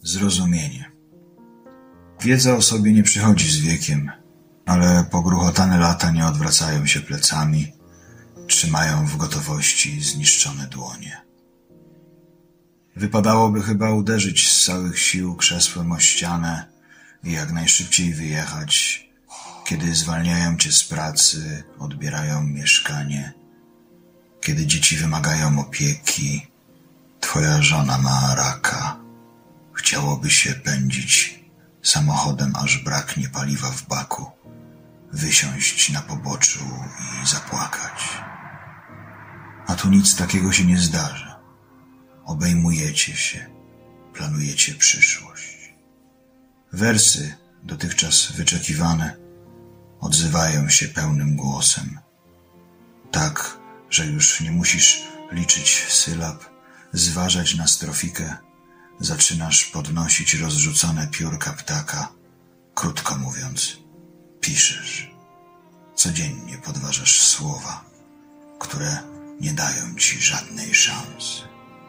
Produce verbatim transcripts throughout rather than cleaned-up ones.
Zrozumienie. Wiedza o sobie nie przychodzi z wiekiem, ale pogruchotane lata nie odwracają się plecami, trzymają w gotowości zniszczone dłonie. Wypadałoby chyba uderzyć z całych sił krzesłem o ścianę i jak najszybciej wyjechać, kiedy zwalniają cię z pracy, odbierają mieszkanie, kiedy dzieci wymagają opieki, twoja żona ma raka. Chciałoby się pędzić samochodem, aż braknie paliwa w baku, wysiąść na poboczu i zapłakać. A tu nic takiego się nie zdarza. Obejmujecie się, planujecie przyszłość. Wersy, dotychczas wyczekiwane, odzywają się pełnym głosem. Tak, że już nie musisz liczyć sylab, zważać na strofikę, zaczynasz podnosić rozrzucone piórka ptaka. Krótko mówiąc, piszesz. Codziennie podważasz słowa, które nie dają ci żadnej szansy.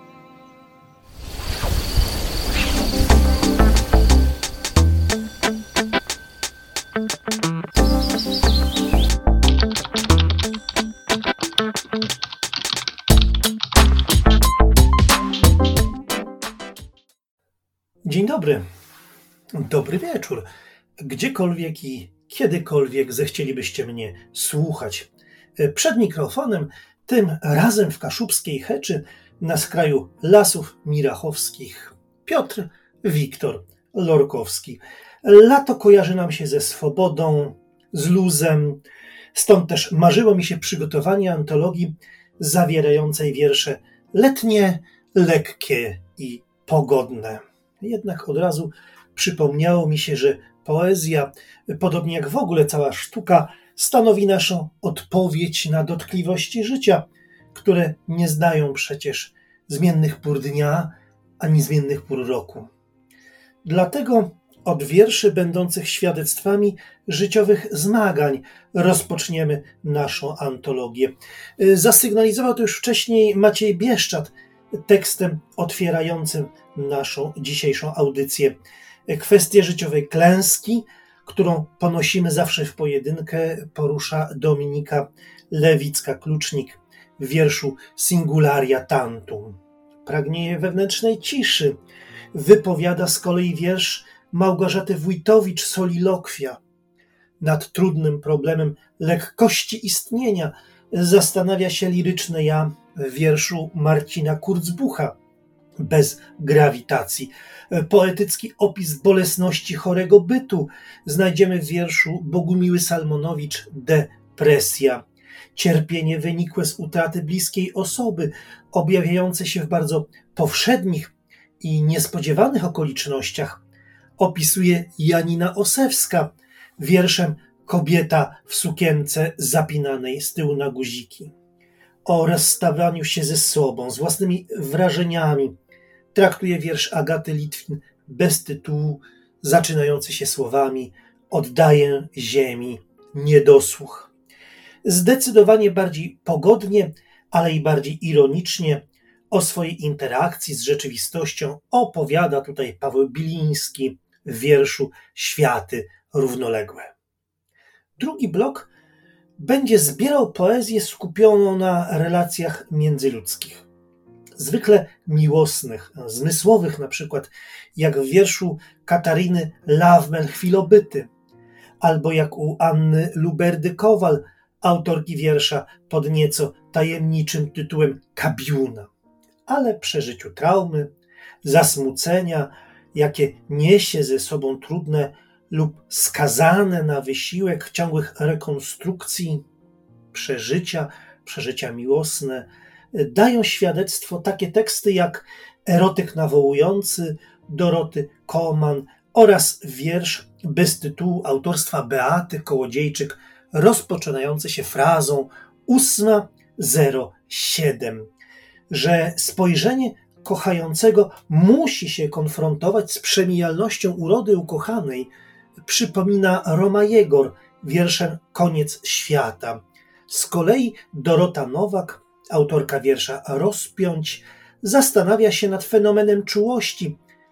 Dzień dobry, dobry wieczór, gdziekolwiek i kiedykolwiek zechcielibyście mnie słuchać. Przed mikrofonem, tym razem w kaszubskiej Heczy, na skraju lasów mirachowskich, Piotr Wiktor Lorkowski. Lato kojarzy nam się ze swobodą, z luzem, stąd też marzyło mi się przygotowanie antologii zawierającej wiersze letnie, lekkie i pogodne. Jednak od razu przypomniało mi się, że poezja, podobnie jak w ogóle cała sztuka, stanowi naszą odpowiedź na dotkliwości życia, które nie znają przecież zmiennych pór dnia ani zmiennych pór roku. Dlatego od wierszy będących świadectwami życiowych zmagań rozpoczniemy naszą antologię. Zasygnalizował to już wcześniej Maciej Bieszczad tekstem otwierającym naszą dzisiejszą audycję. Kwestię życiowej klęski, którą ponosimy zawsze w pojedynkę, porusza Dominika Lewicka-Klucznik w wierszu Singularia Tantum. Pragnienie wewnętrznej ciszy wypowiada z kolei wiersz Małgorzaty Wójtowicz Solilokwia. Nad trudnym problemem lekkości istnienia zastanawia się liryczne ja w wierszu Marcina Kurzbucha Bez grawitacji. Poetycki opis bolesności chorego bytu znajdziemy w wierszu Bogumiły Salmonowicz Depresja. Cierpienie wynikłe z utraty bliskiej osoby, objawiające się w bardzo powszednich i niespodziewanych okolicznościach, opisuje Janina Osewska wierszem Kobieta w sukience zapinanej z tyłu na guziki. O rozstawaniu się ze sobą, z własnymi wrażeniami traktuje wiersz Agaty Litwin bez tytułu, zaczynający się słowami Oddaję ziemi niedosłuch. Zdecydowanie bardziej pogodnie, ale i bardziej ironicznie o swojej interakcji z rzeczywistością opowiada tutaj Paweł Biliński w wierszu Światy równoległe. Drugi blok będzie zbierał poezję skupioną na relacjach międzyludzkich. Zwykle miłosnych, zmysłowych na przykład, jak w wierszu Katariny Lawmel-Chwilobyty, albo jak u Anny Luberdy-Kowal, autorki wiersza pod nieco tajemniczym tytułem Kabiuna. Ale przeżyciu traumy, zasmucenia, jakie niesie ze sobą trudne lub skazane na wysiłek ciągłych rekonstrukcji, przeżycia, przeżycia miłosne, dają świadectwo takie teksty jak Erotyk nawołujący Doroty Kołman oraz wiersz bez tytułu autorstwa Beaty Kołodziejczyk rozpoczynający się frazą ósma zero siedem, że spojrzenie kochającego musi się konfrontować z przemijalnością urody ukochanej, przypomina Roma Jegor wierszem Koniec świata. Z kolei Dorota Nowak, autorka wiersza Rozpiąć, zastanawia się nad fenomenem czułości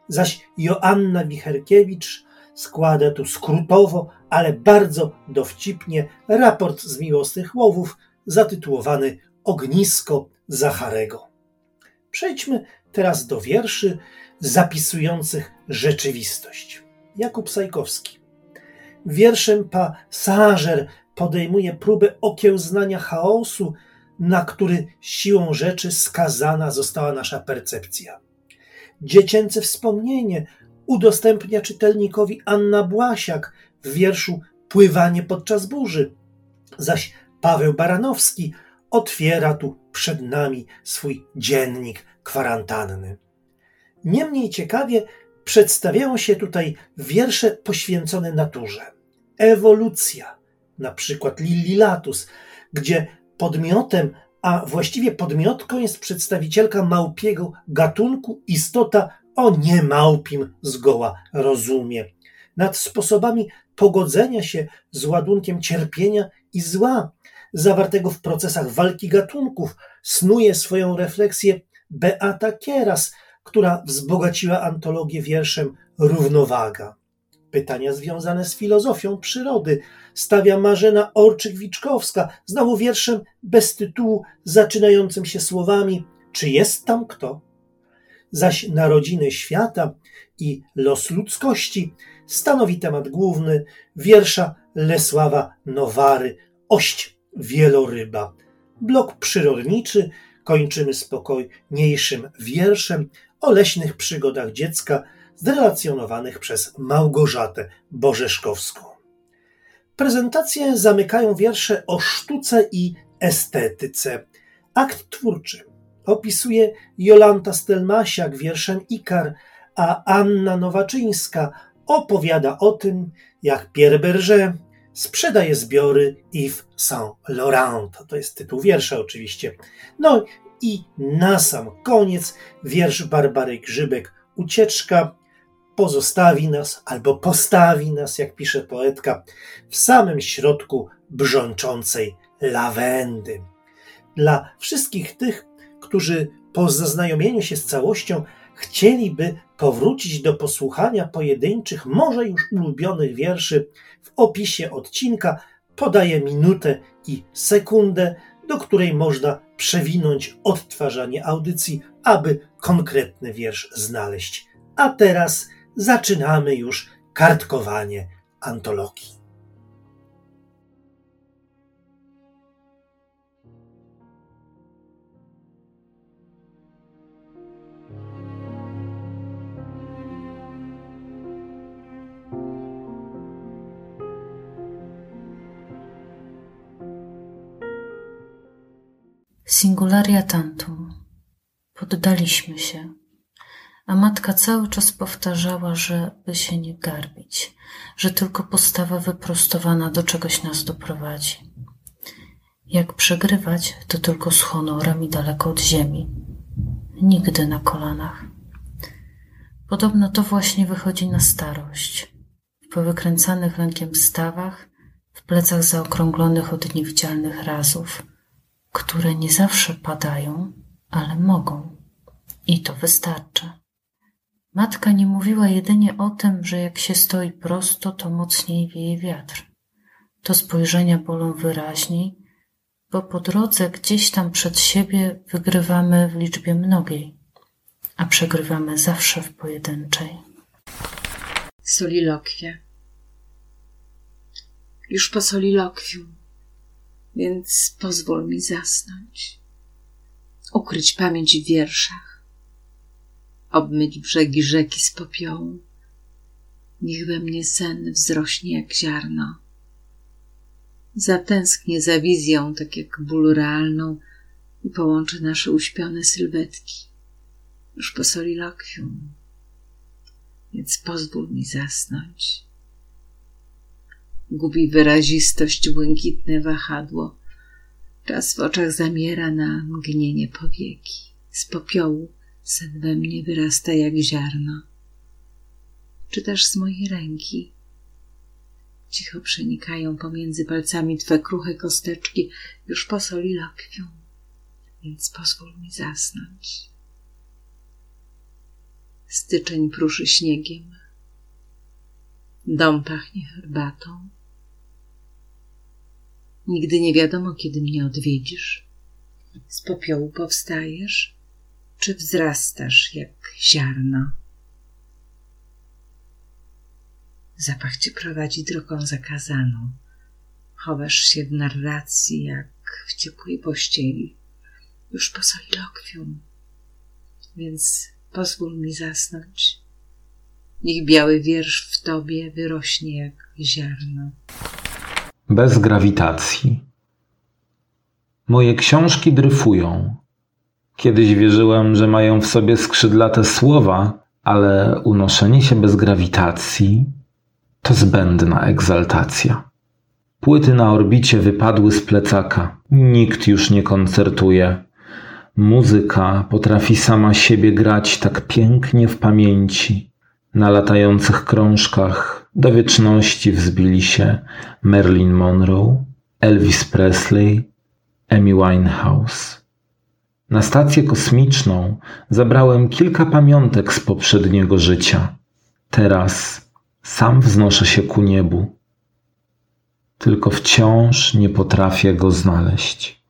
zaś Joanna Wicherkiewicz składa tu skrótowo, ale bardzo dowcipnie raport z miłosnych łowów zatytułowany Ognisko Zacharego. Przejdźmy teraz do wierszy zapisujących rzeczywistość. Jakub Sajkowski. Wierszem Pasażer podejmuje próbę okiełznania chaosu, na który siłą rzeczy skazana została nasza percepcja. Dziecięce wspomnienie udostępnia czytelnikowi Anna Błasiak w wierszu Pływanie podczas burzy, zaś Paweł Baranowski otwiera tu przed nami swój dziennik kwarantanny. Niemniej ciekawie przedstawiają się tutaj wiersze poświęcone naturze. Ewolucja, na przykład Lilli Latus, gdzie podmiotem, a właściwie podmiotką jest przedstawicielka małpiego gatunku, istota o niemałpim zgoła rozumie. Nad sposobami pogodzenia się z ładunkiem cierpienia i zła, zawartego w procesach walki gatunków, snuje swoją refleksję Beata Kieras, która wzbogaciła antologię wierszem Równowaga. Pytania związane z filozofią przyrody stawia Marzena Orczyk-Wiczkowska, znowu wierszem bez tytułu, zaczynającym się słowami Czy jest tam kto? Zaś narodziny świata i los ludzkości stanowi temat główny wiersza Lesława Nowary Ość wieloryba. Blok przyrodniczy kończymy spokojniejszym wierszem o leśnych przygodach dziecka zrelacjonowanych przez Małgorzatę Borzeszkowską. Prezentację zamykają wiersze o sztuce i estetyce. Akt twórczy opisuje Jolanta Stelmasiak wierszem Ikar, a Anna Nowaczyńska opowiada o tym, jak Pierre Berger sprzedaje zbiory Yves Saint Laurent. To jest tytuł wiersza oczywiście. No i na sam koniec wiersz Barbary Grzybek Ucieczka pozostawi nas, albo postawi nas, jak pisze poetka, w samym środku brzączącej lawendy. Dla wszystkich tych, którzy po zaznajomieniu się z całością chcieliby powrócić do posłuchania pojedynczych, może już ulubionych wierszy, w opisie odcinka podaję minutę i sekundę, do której można przewinąć odtwarzanie audycji, aby konkretny wiersz znaleźć. A teraz zaczynamy już kartkowanie antologii. Singularia tantum. Poddaliśmy się, a matka cały czas powtarzała, żeby się nie garbić, że tylko postawa wyprostowana do czegoś nas doprowadzi. Jak przegrywać, to tylko z honorem i daleko od ziemi. Nigdy na kolanach. Podobno to właśnie wychodzi na starość. W powykręcanych lękiem stawach, w plecach zaokrąglonych od niewidzialnych razów, które nie zawsze padają, ale mogą. I to wystarcza. Matka nie mówiła jedynie o tym, że jak się stoi prosto, to mocniej wieje wiatr. To spojrzenia bolą wyraźniej, bo po drodze gdzieś tam przed siebie wygrywamy w liczbie mnogiej, a przegrywamy zawsze w pojedynczej. Solilokwia. Już po solilokwium, więc pozwól mi zasnąć, ukryć pamięć w wierszach, obmyć brzegi rzeki z popiołu. Niech we mnie sen wzrośnie jak ziarno. Zatęsknię za wizją, tak jak ból realną, i połączę nasze uśpione sylwetki. Już po solilokwium, więc pozwól mi zasnąć. Gubi wyrazistość błękitne wahadło. Czas w oczach zamiera na mgnienie powieki. Z popiołu sen we mnie wyrasta jak ziarno. Czy też z mojej ręki cicho przenikają pomiędzy palcami twe kruche kosteczki już po solilokwium, więc pozwól mi zasnąć. Styczeń pruszy śniegiem. Dom pachnie herbatą. Nigdy nie wiadomo, kiedy mnie odwiedzisz. Z popiołu powstajesz, czy wzrastasz jak ziarno? Zapach cię prowadzi drogą zakazaną. Chowasz się w narracji jak w ciepłej pościeli. Już po solilokwium, więc pozwól mi zasnąć. Niech biały wiersz w tobie wyrośnie jak ziarno. Bez grawitacji. Moje książki dryfują. Kiedyś wierzyłem, że mają w sobie skrzydlate słowa, ale unoszenie się bez grawitacji to zbędna egzaltacja. Płyty na orbicie wypadły z plecaka. Nikt już nie koncertuje. Muzyka potrafi sama siebie grać tak pięknie w pamięci. Na latających krążkach do wieczności wzbili się Marilyn Monroe, Elvis Presley, Amy Winehouse. Na stację kosmiczną zabrałem kilka pamiątek z poprzedniego życia. Teraz sam wznoszę się ku niebu. Tylko wciąż nie potrafię go znaleźć.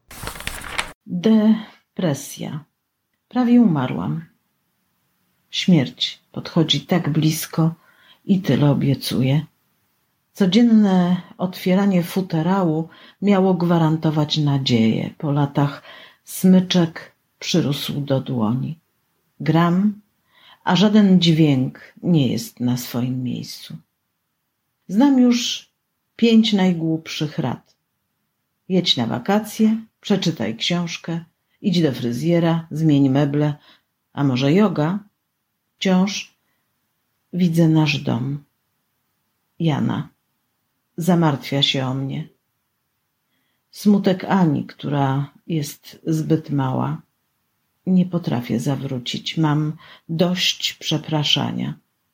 Depresja. Prawie umarłam. Śmierć podchodzi tak blisko i tyle obiecuje. Codzienne otwieranie futerału miało gwarantować nadzieję. Po latach smyczek przyrósł do dłoni. Gram, a żaden dźwięk nie jest na swoim miejscu. Znam już pięć najgłupszych rad. Jedź na wakacje, przeczytaj książkę, idź do fryzjera, zmień meble, a może joga? Wciąż widzę nasz dom. Jana zamartwia się o mnie. Smutek Ani, która jest zbyt mała. Nie potrafię zawrócić. Mam dość przepraszania.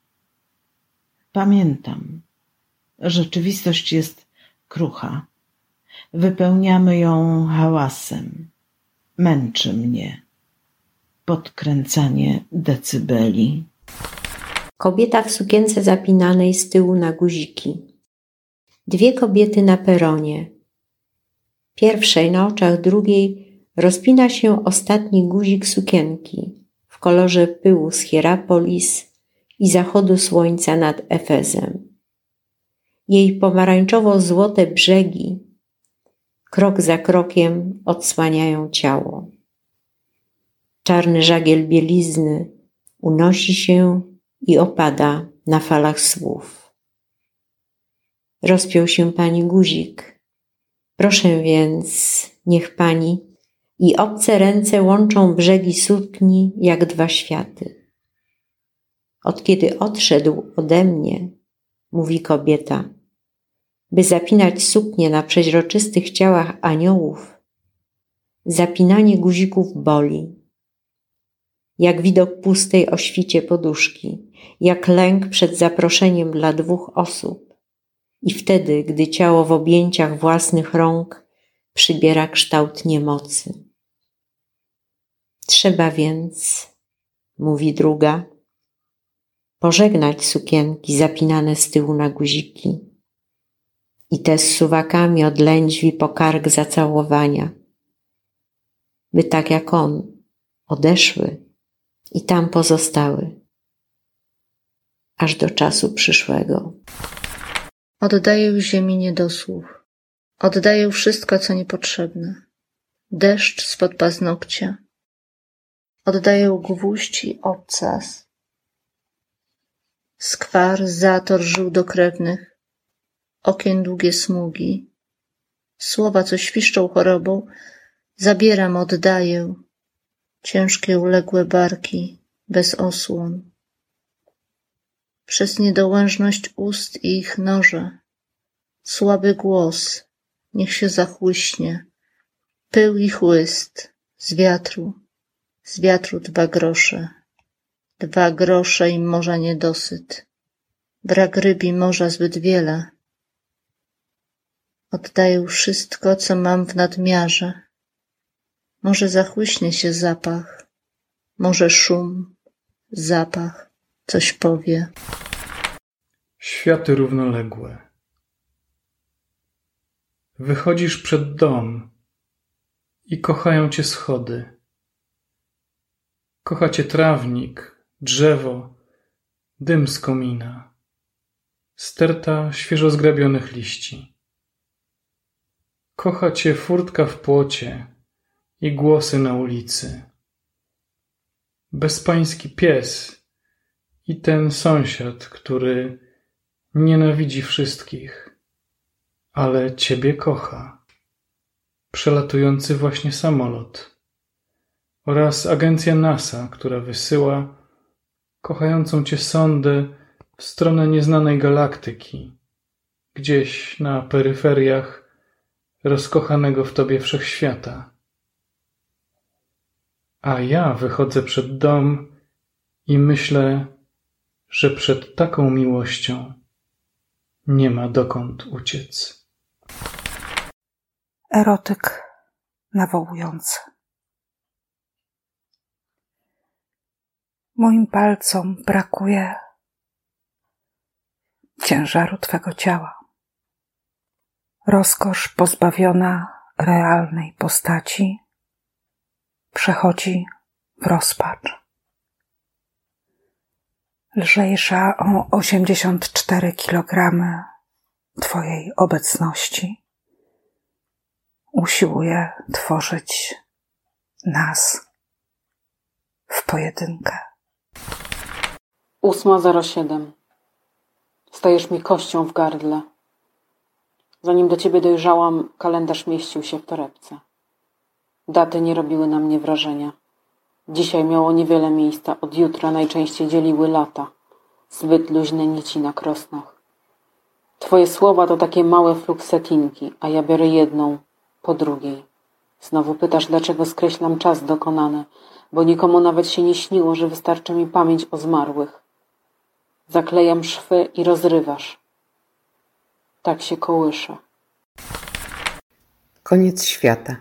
Pamiętam. Rzeczywistość jest krucha. Wypełniamy ją hałasem. Męczy mnie podkręcanie decybeli. Kobieta w sukience zapinanej z tyłu na guziki. Dwie kobiety na peronie. Pierwszej na oczach drugiej rozpina się ostatni guzik sukienki w kolorze pyłu z Hierapolis i zachodu słońca nad Efezem. Jej pomarańczowo-złote brzegi krok za krokiem odsłaniają ciało. Czarny żagiel bielizny unosi się i opada na falach słów. Rozpiął się pani guzik. Proszę więc, niech pani i obce ręce łączą brzegi sukni jak dwa światy. Od kiedy odszedł ode mnie, mówi kobieta, by zapinać suknie na przeźroczystych ciałach aniołów, zapinanie guzików boli. Jak widok pustej o świcie poduszki, jak lęk przed zaproszeniem dla dwóch osób i wtedy, gdy ciało w objęciach własnych rąk przybiera kształt niemocy. Trzeba więc, mówi druga, pożegnać sukienki zapinane z tyłu na guziki i te z suwakami od lędźwi po kark zacałowania, by tak jak on odeszły i tam pozostały, aż do czasu przyszłego. Oddaję ziemi niedosłów. Oddaję wszystko, co niepotrzebne. Deszcz spod paznokcia. Oddaję gwóźdź i obcas. Skwar, zator żył dokrewnych. Okien długie smugi. Słowa, co świszczą chorobą, zabieram, oddaję. Ciężkie uległe barki, bez osłon. Przez niedołężność ust i ich noże. Słaby głos, niech się zachłyśnie. Pył i chłyst, z wiatru, z wiatru dwa grosze. Dwa grosze i morza niedosyt. Brak ryb i morza zbyt wiele. Oddaję wszystko, co mam w nadmiarze. Może zachłyśnie się zapach, może szum, zapach, coś powie. Światy równoległe. Wychodzisz przed dom i kochają cię schody. Kocha cię trawnik, drzewo, dym z komina, sterta świeżo zgrabionych liści. Kocha cię furtka w płocie i głosy na ulicy. Bezpański pies i ten sąsiad, który nienawidzi wszystkich, ale ciebie kocha. Przelatujący właśnie samolot oraz agencja NASA, która wysyła kochającą cię sondę w stronę nieznanej galaktyki, gdzieś na peryferiach rozkochanego w tobie wszechświata. A ja wychodzę przed dom i myślę, że przed taką miłością nie ma dokąd uciec. Erotyk nawołujący. Moim palcom brakuje ciężaru Twego ciała. Rozkosz pozbawiona realnej postaci przechodzi w rozpacz. Lżejsza o osiemdziesiąt cztery kilogramy Twojej obecności usiłuje tworzyć nas w pojedynkę. Ósma zero siedem. Stajesz mi kością w gardle. Zanim do ciebie dojrzałam, kalendarz mieścił się w torebce. Daty nie robiły na mnie wrażenia. Dzisiaj miało niewiele miejsca, od jutra najczęściej dzieliły lata. Zbyt luźne nici na krosnach. Twoje słowa to takie małe fluksetinki, a ja biorę jedną po drugiej. Znowu pytasz, dlaczego skreślam czas dokonany, bo nikomu nawet się nie śniło, że wystarczy mi pamięć o zmarłych. Zaklejam szwy i rozrywasz. Tak się kołyszę. Koniec świata.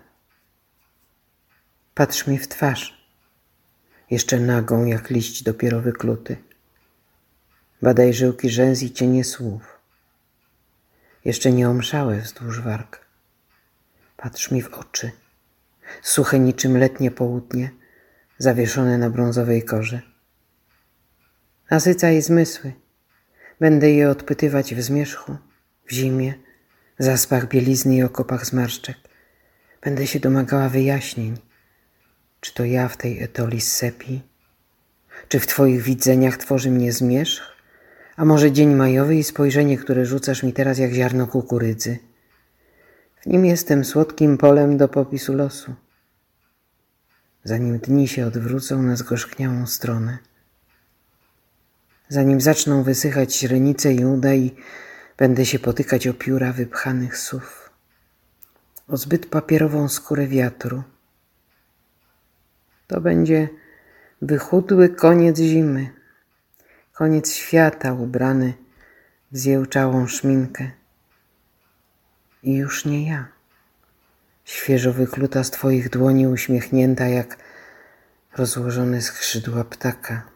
Patrz mi w twarz. Jeszcze nagą jak liść dopiero wykluty. Badaj żyłki rzęs i cienie słów. Jeszcze nie omszałe wzdłuż warg. Patrz mi w oczy. Suche niczym letnie południe, zawieszone na brązowej korze. Nasycaj zmysły. Będę je odpytywać w zmierzchu, w zimie, w zaspach bielizny i okopach zmarszczek. Będę się domagała wyjaśnień. Czy to ja w tej etoli z sepi? Czy w twoich widzeniach tworzy mnie zmierzch? A może dzień majowy i spojrzenie, które rzucasz mi teraz jak ziarno kukurydzy? W nim jestem słodkim polem do popisu losu. Zanim dni się odwrócą na zgorzkniałą stronę. Zanim zaczną wysychać źrenice i uda i będę się potykać o pióra wypchanych sów. O zbyt papierową skórę wiatru. To będzie wychudły koniec zimy. Koniec świata ubrany w zjełczałą szminkę. I już nie ja. Świeżo wykluta z twoich dłoni, uśmiechnięta jak rozłożone skrzydła ptaka.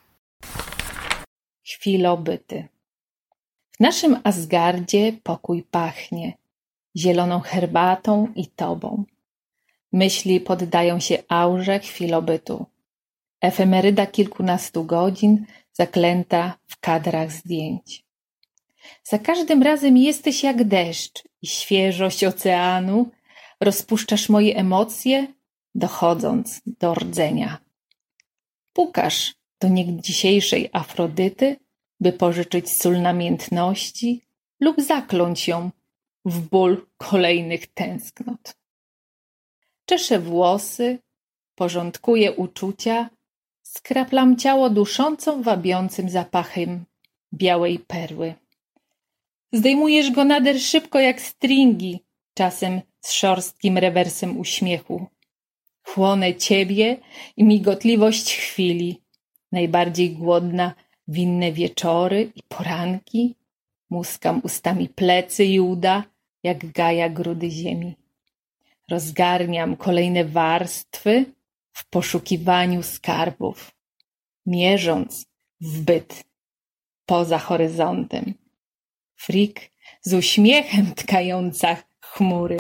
Chwilobyty. W naszym Asgardzie pokój pachnie zieloną herbatą i tobą. Myśli poddają się aurze chwilobytu. Efemeryda kilkunastu godzin zaklęta w kadrach zdjęć. Za każdym razem jesteś jak deszcz i świeżość oceanu rozpuszczasz moje emocje, dochodząc do rdzenia. Pukasz do niegdysiejszej Afrodyty, by pożyczyć sól namiętności lub zakląć ją w ból kolejnych tęsknot. Czeszę włosy, porządkuję uczucia, skraplam ciało duszącą, wabiącym zapachem białej perły. Zdejmujesz go nader szybko jak stringi, czasem z szorstkim rewersem uśmiechu. Chłonę ciebie i migotliwość chwili, najbardziej głodna w inne wieczory i poranki, muskam ustami plecy i uda, jak gaja grudy ziemi. Rozgarniam kolejne warstwy w poszukiwaniu skarbów, mierząc w byt, poza horyzontem. Frik z uśmiechem tkająca chmury.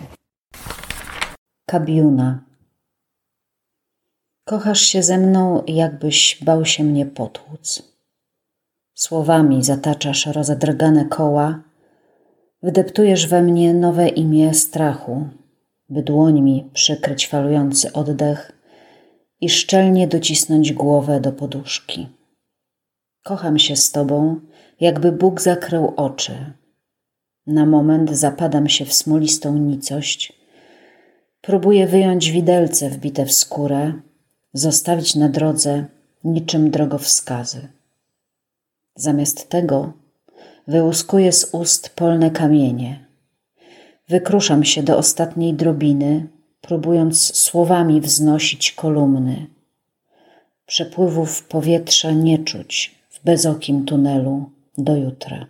Kabiuna. Kochasz się ze mną, jakbyś bał się mnie potłuc. Słowami zataczasz rozedrgane koła, wdeptujesz we mnie nowe imię strachu, by dłońmi przykryć falujący oddech i szczelnie docisnąć głowę do poduszki. Kocham się z tobą, jakby Bóg zakrył oczy. Na moment zapadam się w smolistą nicość, próbuję wyjąć widelce wbite w skórę, zostawić na drodze niczym drogowskazy. Zamiast tego wyłuskuję z ust polne kamienie. Wykruszam się do ostatniej drobiny, próbując słowami wznosić kolumny. Przepływów powietrza nie czuć w bezokim tunelu do jutra.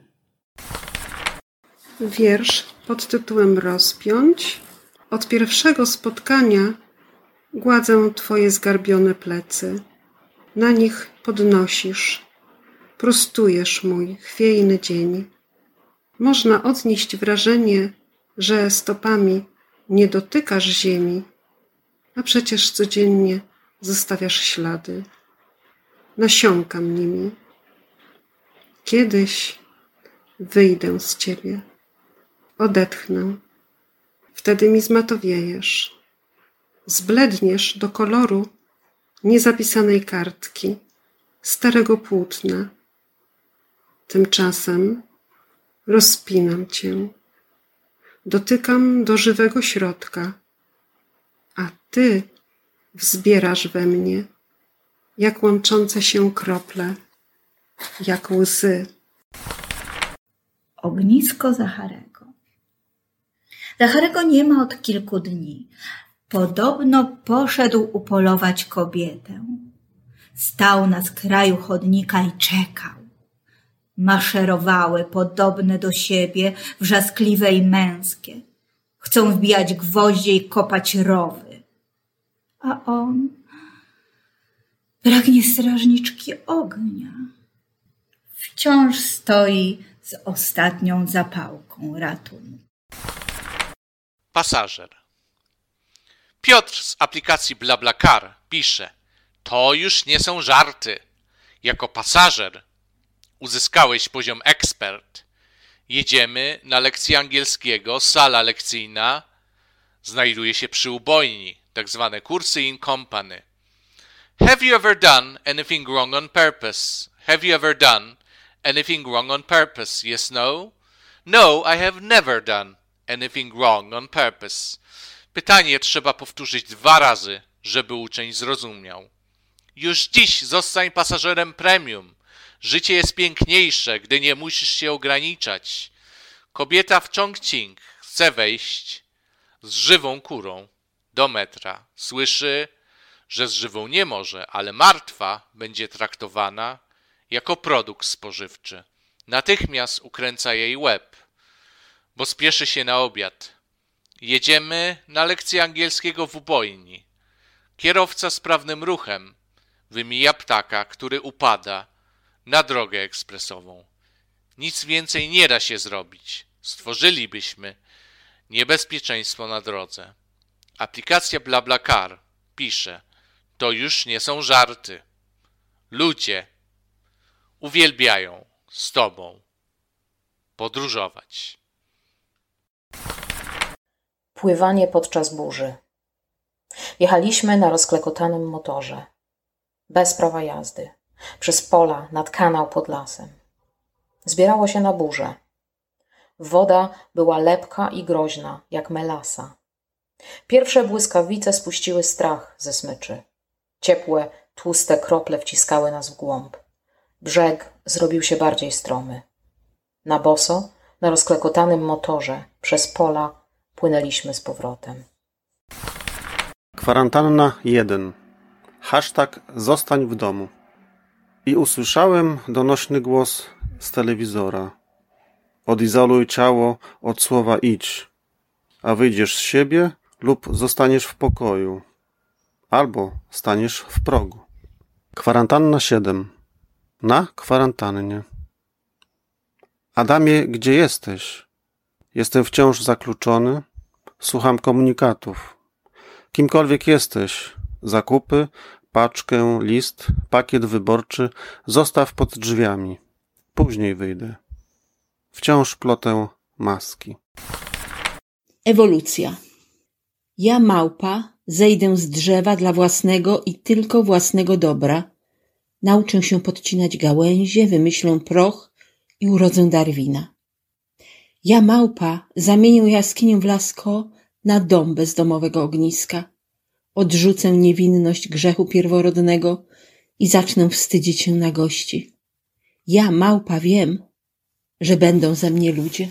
Wiersz pod tytułem Rozpiąć. Od pierwszego spotkania gładzę twoje zgarbione plecy. Na nich podnosisz, prostujesz mój chwiejny dzień. Można odnieść wrażenie, że stopami nie dotykasz ziemi, a przecież codziennie zostawiasz ślady. Nasiąkam nimi. Kiedyś wyjdę z ciebie, odetchnę, wtedy mi zmatowiejesz, zbledniesz do koloru niezapisanej kartki, starego płótna. Tymczasem rozpinam cię, dotykam do żywego środka, a ty wzbierasz we mnie, jak łączące się krople, jak łzy. Ognisko Zacharego. Zacharego nie ma od kilku dni. Podobno poszedł upolować kobietę. Stał na skraju chodnika i czekał. Maszerowały podobne do siebie, wrzaskliwe i męskie. Chcą wbijać gwoździe i kopać rowy. A on pragnie strażniczki ognia. Wciąż stoi z ostatnią zapałką ratunku. Pasażer. Piotr z aplikacji BlaBlaCar pisze: to już nie są żarty. Jako pasażer uzyskałeś poziom ekspert. Jedziemy na lekcję angielskiego. Sala lekcyjna znajduje się przy ubojni, tak zwane kursy in company. Have you ever done anything wrong on purpose? Have you ever done anything wrong on purpose? Yes, no? No, I have never done anything wrong on purpose. Pytanie trzeba powtórzyć dwa razy, żeby uczeń zrozumiał. Już dziś zostań pasażerem premium. Życie jest piękniejsze, gdy nie musisz się ograniczać. Kobieta w Chongqing chce wejść z żywą kurą do metra. Słyszy, że z żywą nie może, ale martwa będzie traktowana jako produkt spożywczy. Natychmiast ukręca jej łeb, bo spieszy się na obiad. Jedziemy na lekcję angielskiego w ubojni. Kierowca sprawnym ruchem wymija ptaka, który upada na drogę ekspresową. Nic więcej nie da się zrobić. Stworzylibyśmy niebezpieczeństwo na drodze. Aplikacja BlaBlaCar pisze: to już nie są żarty. Ludzie uwielbiają z tobą podróżować. Pływanie podczas burzy. Jechaliśmy na rozklekotanym motorze, bez prawa jazdy, przez pola, nad kanał pod lasem. Zbierało się na burzę. Woda była lepka i groźna, jak melasa. Pierwsze błyskawice spuściły strach ze smyczy. Ciepłe, tłuste krople wciskały nas w głąb. Brzeg zrobił się bardziej stromy. Na boso, na rozklekotanym motorze, przez pola płynęliśmy z powrotem. Kwarantanna jeden. Hashtag zostań w domu. I usłyszałem donośny głos z telewizora. Odizoluj ciało od słowa idź, a wyjdziesz z siebie lub zostaniesz w pokoju, albo staniesz w progu. Kwarantanna siedem. Na kwarantannie. Adamie, gdzie jesteś? Jestem wciąż zakluczony. Słucham komunikatów. Kimkolwiek jesteś, zakupy, paczkę, list, pakiet wyborczy zostaw pod drzwiami. Później wyjdę. Wciąż plotę maski. Ewolucja. Ja, małpa, zejdę z drzewa dla własnego i tylko własnego dobra. Nauczę się podcinać gałęzie, wymyślę proch i urodzę Darwina. Ja, małpa, zamienię jaskinię w lasko na dom bezdomowego ogniska. Odrzucę niewinność grzechu pierworodnego i zacznę wstydzić się na gości. Ja, małpa, wiem, że będą ze mnie ludzie.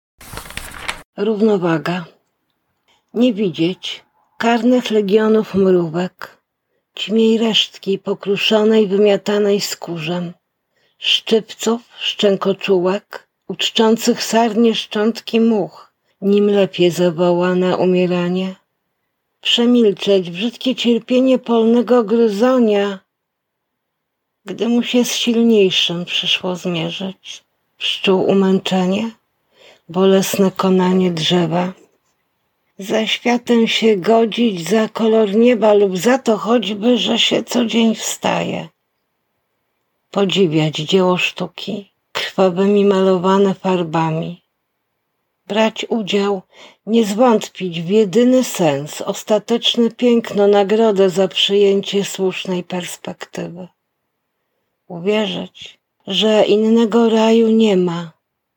Równowaga. Nie widzieć karnych legionów mrówek, ćmiej resztki pokruszonej, wymiatanej skórzem, szczypców, szczękoczułek, uczczących sarnie szczątki much, nim lepiej zawoła na umieranie. Przemilczeć brzydkie cierpienie polnego gryzonia, gdy mu się z silniejszym przyszło zmierzyć. Pszczół umęczenie, bolesne konanie drzewa. Za światem się godzić, za kolor nieba lub za to choćby, że się co dzień wstaje. Podziwiać dzieło sztuki, krwawymi malowane farbami. Brać udział, nie zwątpić w jedyny sens, ostateczne piękno, nagrodę za przyjęcie słusznej perspektywy. Uwierzyć, że innego raju nie ma.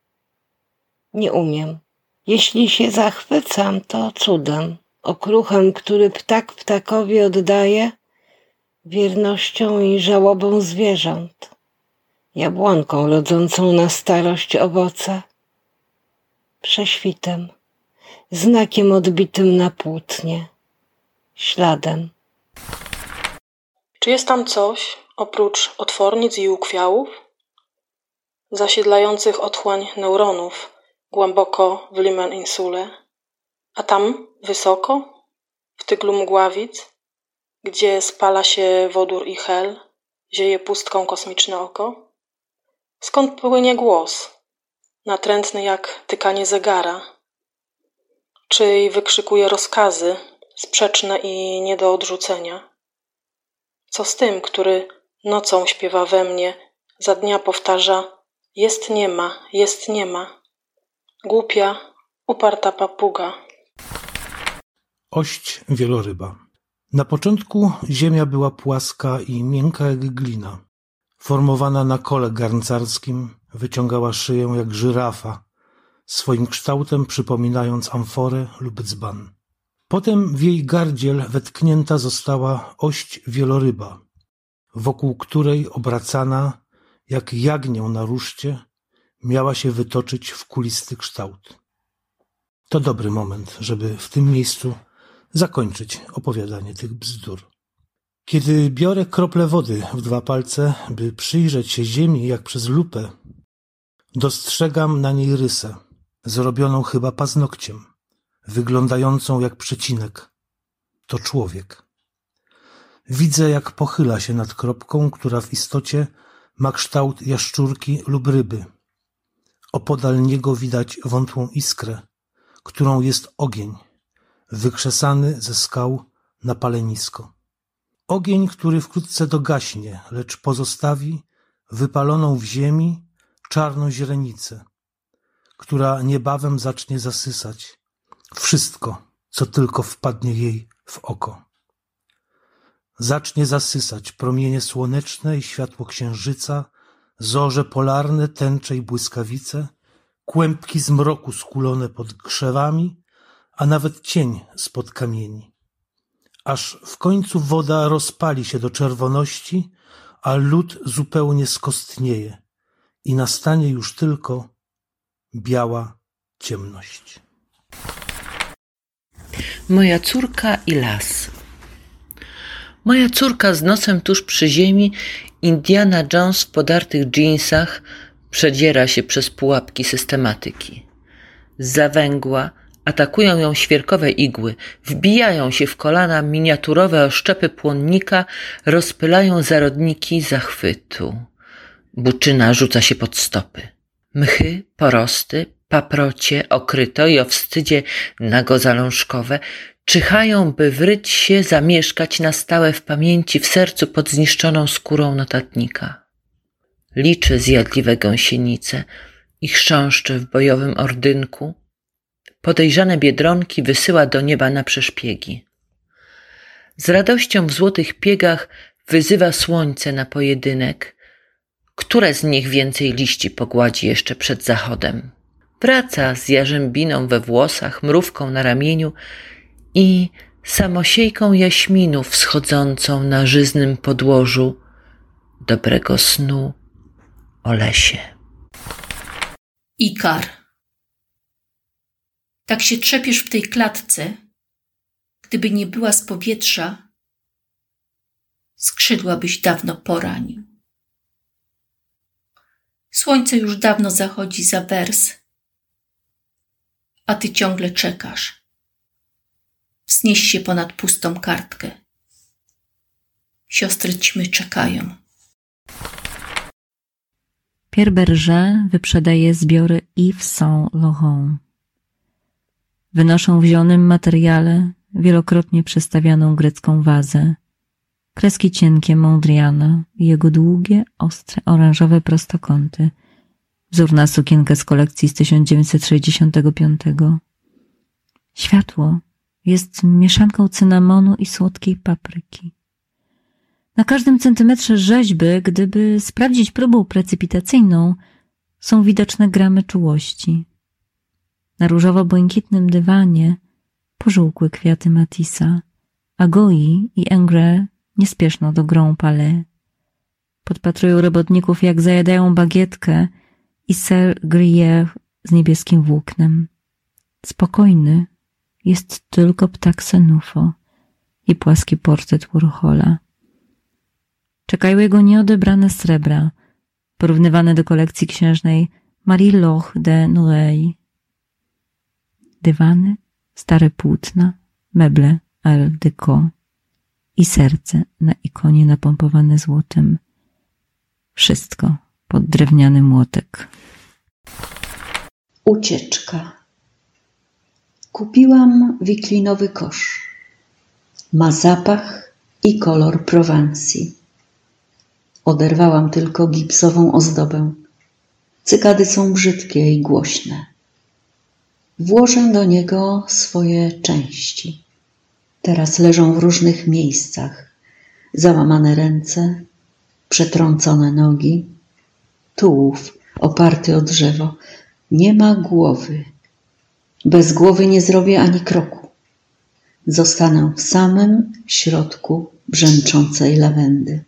Nie umiem. Jeśli się zachwycam, to cudem, okruchem, który ptak ptakowi oddaje, wiernością i żałobą zwierząt, jabłonką rodzącą na starość owoce, prześwitem, znakiem odbitym na płótnie, śladem. Czy jest tam coś, oprócz otwornic i ukwiałów, zasiedlających otchłań neuronów głęboko w Limen Insule, a tam wysoko, w tyglu mgławic, gdzie spala się wodór i hel, zieje pustką kosmiczne oko? Skąd płynie głos, natrętny jak tykanie zegara? Czyj wykrzykuje rozkazy, sprzeczne i nie do odrzucenia? Co z tym, który nocą śpiewa we mnie, za dnia powtarza: jest nie ma, jest nie ma. Głupia, uparta papuga. Ość wieloryba. Na początku ziemia była płaska i miękka jak glina. Formowana na kole garncarskim, wyciągała szyję jak żyrafa, swoim kształtem przypominając amforę lub dzban. Potem w jej gardziel wetknięta została ość wieloryba, wokół której obracana, jak jagnię na ruszcie, miała się wytoczyć w kulisty kształt. To dobry moment, żeby w tym miejscu zakończyć opowiadanie tych bzdur. Kiedy biorę kroplę wody w dwa palce, by przyjrzeć się ziemi jak przez lupę, dostrzegam na niej rysę, zrobioną chyba paznokciem, wyglądającą jak przecinek. To człowiek. Widzę, jak pochyla się nad kropką, która w istocie ma kształt jaszczurki lub ryby. Opodal niego widać wątłą iskrę, którą jest ogień, wykrzesany ze skał na palenisko. Ogień, który wkrótce dogaśnie, lecz pozostawi wypaloną w ziemi czarną źrenicę, która niebawem zacznie zasysać wszystko, co tylko wpadnie jej w oko. Zacznie zasysać promienie słoneczne i światło księżyca, zorze polarne, tęcze i błyskawice, kłębki zmroku skulone pod krzewami, a nawet cień spod kamieni. Aż w końcu woda rozpali się do czerwoności, a lód zupełnie skostnieje i nastanie już tylko biała ciemność. Moja córka i las. Moja córka z nosem tuż przy ziemi, Indiana Jones w podartych dżinsach, przedziera się przez pułapki systematyki. Zza węgła atakują ją świerkowe igły, wbijają się w kolana miniaturowe oszczepy płonnika, rozpylają zarodniki zachwytu. Buczyna rzuca się pod stopy. Mchy, porosty, paprocie, okryto i o wstydzie nagozalążkowe czyhają, by wryć się, zamieszkać na stałe w pamięci, w sercu pod zniszczoną skórą notatnika. Liczy zjadliwe gąsienice i chrząszczy w bojowym ordynku. Podejrzane biedronki wysyła do nieba na przeszpiegi. Z radością w złotych piegach wyzywa słońce na pojedynek. Które z nich więcej liści pogładzi jeszcze przed zachodem? Wraca z jarzębiną we włosach, mrówką na ramieniu i samosiejką jaśminu wschodzącą na żyznym podłożu dobrego snu o lesie. Ikar. Tak się trzepiesz w tej klatce, gdyby nie była z powietrza, skrzydła byś dawno poranił. Słońce już dawno zachodzi za wers, a ty ciągle czekasz. Wznieś się ponad pustą kartkę. Siostry ćmy czekają. Pierre Berger wyprzedaje zbiory Yves Saint Laurent. Wynoszą w zielonym materiale wielokrotnie przestawianą grecką wazę, kreski cienkie Mondriana i jego długie, ostre, oranżowe prostokąty, wzór na sukienkę z kolekcji z tysiąc dziewięćset sześćdziesiątego piątego. Światło jest mieszanką cynamonu i słodkiej papryki. Na każdym centymetrze rzeźby, gdyby sprawdzić próbą precypitacyjną, są widoczne gramy czułości. Na różowo-błękitnym dywanie pożółkły kwiaty Matissa, a Goyi i Ingres niespieszno do Grand Palais. Podpatrują robotników, jak zajadają bagietkę i ser gruyère z niebieskim włóknem. Spokojny jest tylko ptak Senufo i płaski portret Warhola. Czekają jego nieodebrane srebra, porównywane do kolekcji księżnej Marie-Laure de Noailles. Dywany, stare płótna, meble art déco i serce na ikonie napompowane złotem. Wszystko pod drewniany młotek. Ucieczka. Kupiłam wiklinowy kosz. Ma zapach i kolor Prowansji. Oderwałam tylko gipsową ozdobę. Cykady są brzydkie i głośne. Włożę do niego swoje części. Teraz leżą w różnych miejscach. Załamane ręce, przetrącone nogi, tułów oparty o drzewo. Nie ma głowy. Bez głowy nie zrobię ani kroku. Zostanę w samym środku brzęczącej lawendy.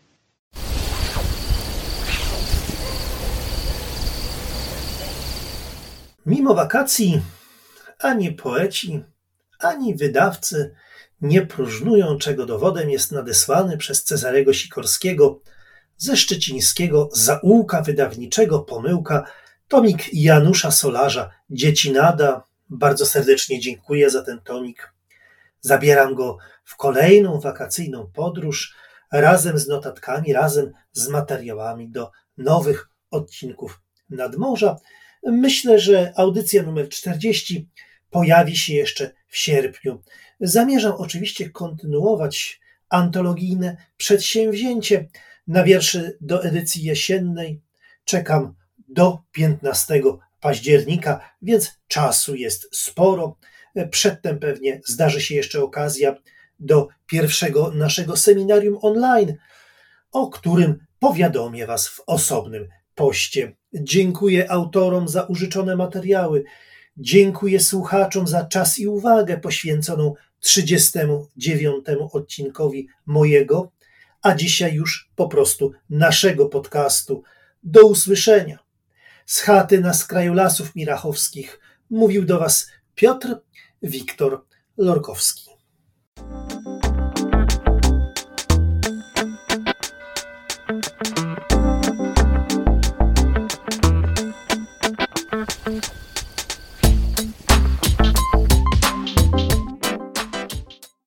Mimo wakacji ani poeci, ani wydawcy nie próżnują, czego dowodem jest nadesłany przez Cezarego Sikorskiego ze szczecińskiego zaułka wydawniczego Pomyłka tomik Janusza Solarza Dziecinada. Bardzo serdecznie dziękuję za ten tomik. Zabieram go w kolejną wakacyjną podróż razem z notatkami, razem z materiałami do nowych odcinków Nadmorza. Myślę, że audycja numer czterdzieści pojawi się jeszcze w sierpniu. Zamierzam oczywiście kontynuować antologijne przedsięwzięcie na wierszy do edycji jesiennej. Czekam do piętnastego października, więc czasu jest sporo. Przedtem pewnie zdarzy się jeszcze okazja do pierwszego naszego seminarium online, o którym powiadomię Was w osobnym poście. Dziękuję autorom za użyczone materiały. Dziękuję słuchaczom za czas i uwagę poświęconą trzydziestemu dziewiątemu odcinkowi mojego, a dzisiaj już po prostu naszego podcastu. Do usłyszenia. Z chaty na skraju Lasów Mirachowskich mówił do Was Piotr Wiktor Lorkowski.